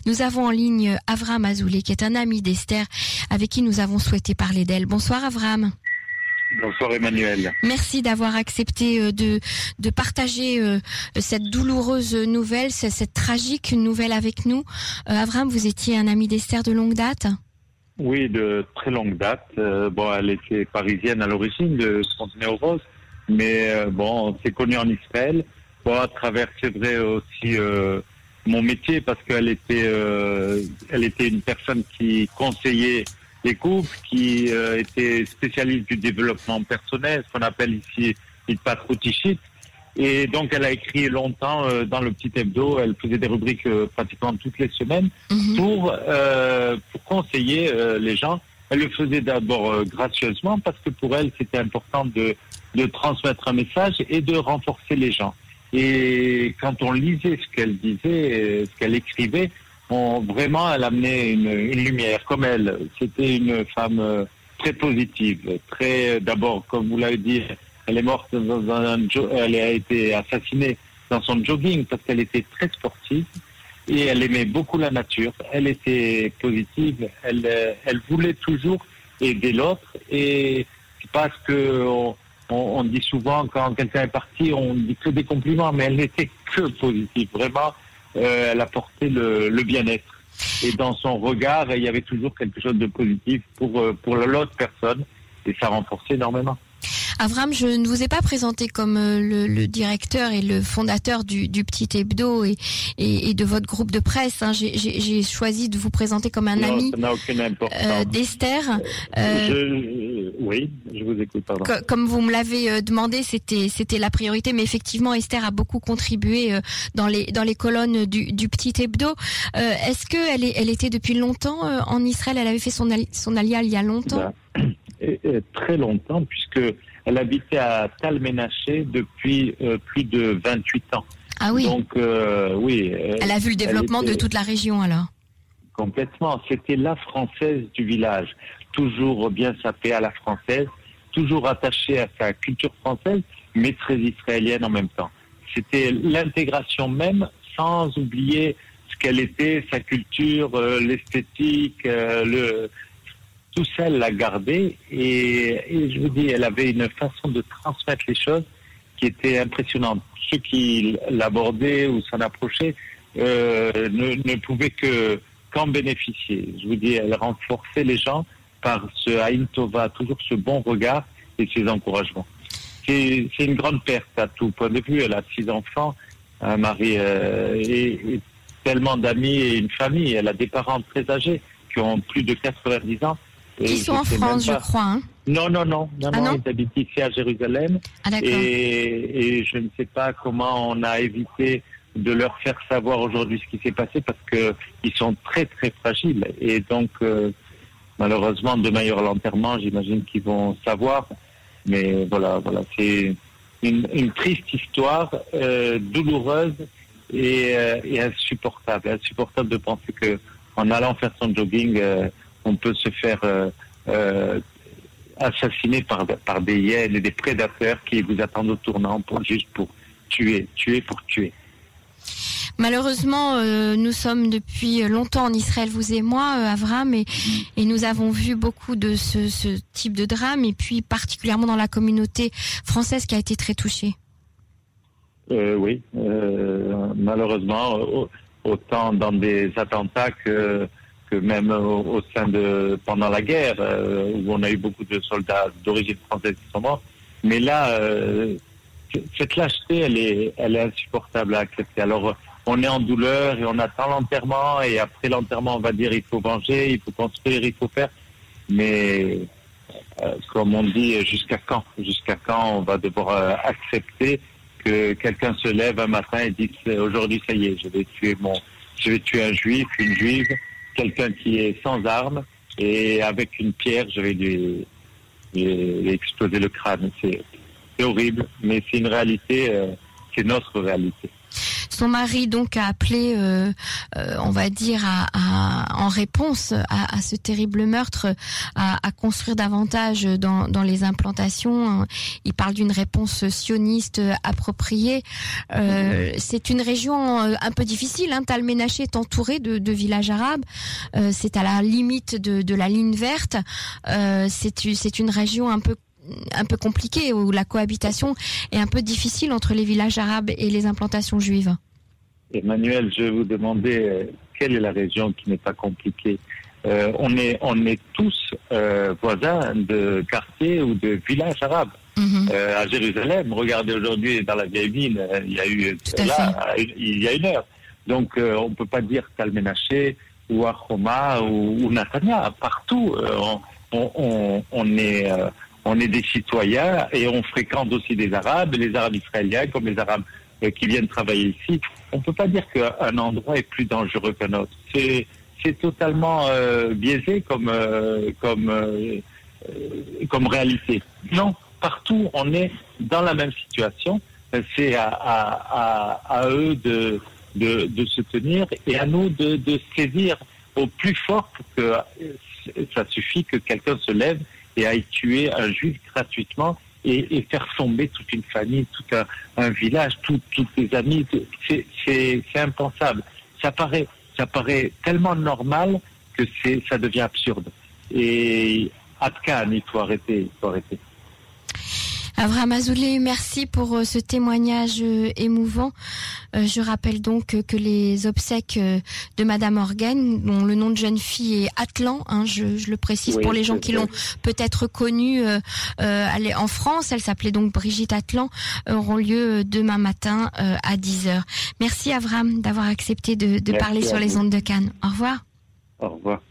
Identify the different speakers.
Speaker 1: Nous avons en ligne Avram Azoulay, qui est un ami d'Esther, avec qui nous avons souhaité parler d'elle. Bonsoir Avram.
Speaker 2: Bonsoir Emmanuel.
Speaker 1: Merci d'avoir accepté de partager cette douloureuse nouvelle, cette tragique nouvelle avec nous. Avram, vous étiez un ami d'Esther de longue date ?
Speaker 2: Oui, de très longue date. Elle était parisienne à l'origine de Fontenay-aux-Roses, mais on s'est connus en Israël. À travers, c'est vrai aussi mon métier, parce qu'elle était une personne qui conseillait les couples, qui était spécialiste du développement personnel, ce qu'on appelle ici Hitpatrout-Ichit. Et donc, elle a écrit longtemps dans le Petit Hebdo. Elle faisait des rubriques pratiquement toutes les semaines pour conseiller les gens. Elle le faisait d'abord gracieusement, parce que pour elle, c'était important de transmettre un message et de renforcer les gens. Et quand on lisait ce qu'elle disait, ce qu'elle écrivait, vraiment, elle amenait une lumière. Comme elle, c'était une femme très positive, d'abord, comme vous l'avez dit, elle est morte elle a été assassinée dans son jogging parce qu'elle était très sportive et elle aimait beaucoup la nature. Elle était positive, elle voulait toujours aider l'autre, et c'est parce que on dit souvent, quand quelqu'un est parti, on dit que des compliments, mais elle n'était que positive. Vraiment, elle apportait le bien-être. Et dans son regard, il y avait toujours quelque chose de positif pour l'autre personne, et ça renforçait énormément.
Speaker 1: Avram, je ne vous ai pas présenté comme le directeur et le fondateur du Petit Hebdo et de votre groupe de presse. J'ai choisi de vous présenter comme un ami d'Esther.
Speaker 2: Oui, je vous écoute, pardon.
Speaker 1: Comme vous me l'avez demandé, c'était la priorité, mais effectivement, Esther a beaucoup contribué dans les colonnes du Petit Hebdo. Est-ce qu'elle était depuis longtemps en Israël? Elle avait fait son alia il y a longtemps?
Speaker 2: Très longtemps, puisque elle habitait à Tal Menaché depuis plus de 28 ans.
Speaker 1: Ah oui.
Speaker 2: Donc, oui.
Speaker 1: Elle a vu le développement de toute la région, alors.
Speaker 2: Complètement. C'était la Française du village. Toujours bien sapée à la française, toujours attachée à sa culture française, mais très israélienne en même temps. C'était l'intégration même, sans oublier ce qu'elle était, sa culture, l'esthétique, tout ça, elle l'a gardé, et je vous dis, elle avait une façon de transmettre les choses qui était impressionnante. Ceux qui l'abordaient ou s'en approchaient ne pouvaient qu'en bénéficier. Je vous dis, elle renforçait les gens par ce Haïm Tova, toujours ce bon regard et ses encouragements. C'est une grande perte à tout point de vue. Elle a 6 enfants, un mari et tellement d'amis et une famille. Elle a des parents très âgés qui ont plus de 90 ans.
Speaker 1: Qui sont en France, je crois. Hein.
Speaker 2: Non, ils habitent ici à Jérusalem.
Speaker 1: Ah, d'accord.
Speaker 2: Et je ne sais pas comment on a évité de leur faire savoir aujourd'hui ce qui s'est passé, parce que ils sont très très fragiles. Et donc, malheureusement, demain il y aura l'enterrement, j'imagine qu'ils vont savoir. Mais voilà, c'est une triste histoire, douloureuse et insupportable. Insupportable de penser que en allant faire son jogging, on peut se faire assassiner par des hyènes et des prédateurs qui vous attendent au tournant juste pour tuer pour tuer.
Speaker 1: Malheureusement, nous sommes depuis longtemps en Israël, vous et moi, Avram, et nous avons vu beaucoup de ce type de drame, et puis particulièrement dans la communauté française qui a été très touchée.
Speaker 2: Oui, malheureusement, autant dans des attentats que même au sein pendant la guerre, où on a eu beaucoup de soldats d'origine française qui sont morts. Mais là, cette lâcheté, elle est insupportable à accepter. Alors, on est en douleur et on attend l'enterrement, et après l'enterrement, on va dire il faut venger, il faut construire, il faut faire. Mais comme on dit, jusqu'à quand on va devoir accepter que quelqu'un se lève un matin et dit aujourd'hui ça y est, je vais tuer un juif, une juive, quelqu'un qui est sans armes, et avec une pierre, je vais lui exploser le crâne. C'est horrible, mais c'est une réalité, c'est notre réalité.
Speaker 1: Son mari donc a appelé, on va dire, en réponse à ce terrible meurtre, à construire davantage dans les implantations. Il parle d'une réponse sioniste appropriée. C'est une région un peu difficile. Tal Menaché est entouré de villages arabes. C'est à la limite de la ligne verte. C'est une région un peu compliquée où la cohabitation est un peu difficile entre les villages arabes et les implantations juives.
Speaker 2: Emmanuel, je vais vous demander quelle est la région qui n'est pas compliquée. On est tous voisins de quartiers ou de villages arabes. À Jérusalem, regardez aujourd'hui dans la vieille ville, il y a eu il y a une heure. Donc on ne peut pas dire Tal Menaché ou Achoma ou Natania. Partout, on est des citoyens et on fréquente aussi des Arabes, les Arabes israéliens comme les Arabes qui viennent travailler ici. On ne peut pas dire qu'un endroit est plus dangereux qu'un autre. C'est totalement biaisé comme réalité. Non, partout on est dans la même situation. C'est à eux de se tenir et à nous de saisir au plus fort que ça suffit que quelqu'un se lève et aille tuer un juif gratuitement et faire tomber toute une famille, tout un village, tous les amis. C'est impensable. Ça paraît tellement normal que ça devient absurde. Et Atkan, il faut arrêter.
Speaker 1: Avraham Azoulay, merci pour ce témoignage émouvant. Je rappelle donc que les obsèques de Madame Orgen, dont le nom de jeune fille est Atlan, je le précise pour les gens qui l'ont peut-être connue en France, elle s'appelait donc Brigitte Atlan, auront lieu demain matin à 10h. Merci Avraham d'avoir accepté de parler sur les ondes de Cannes. Au revoir.
Speaker 2: Au revoir.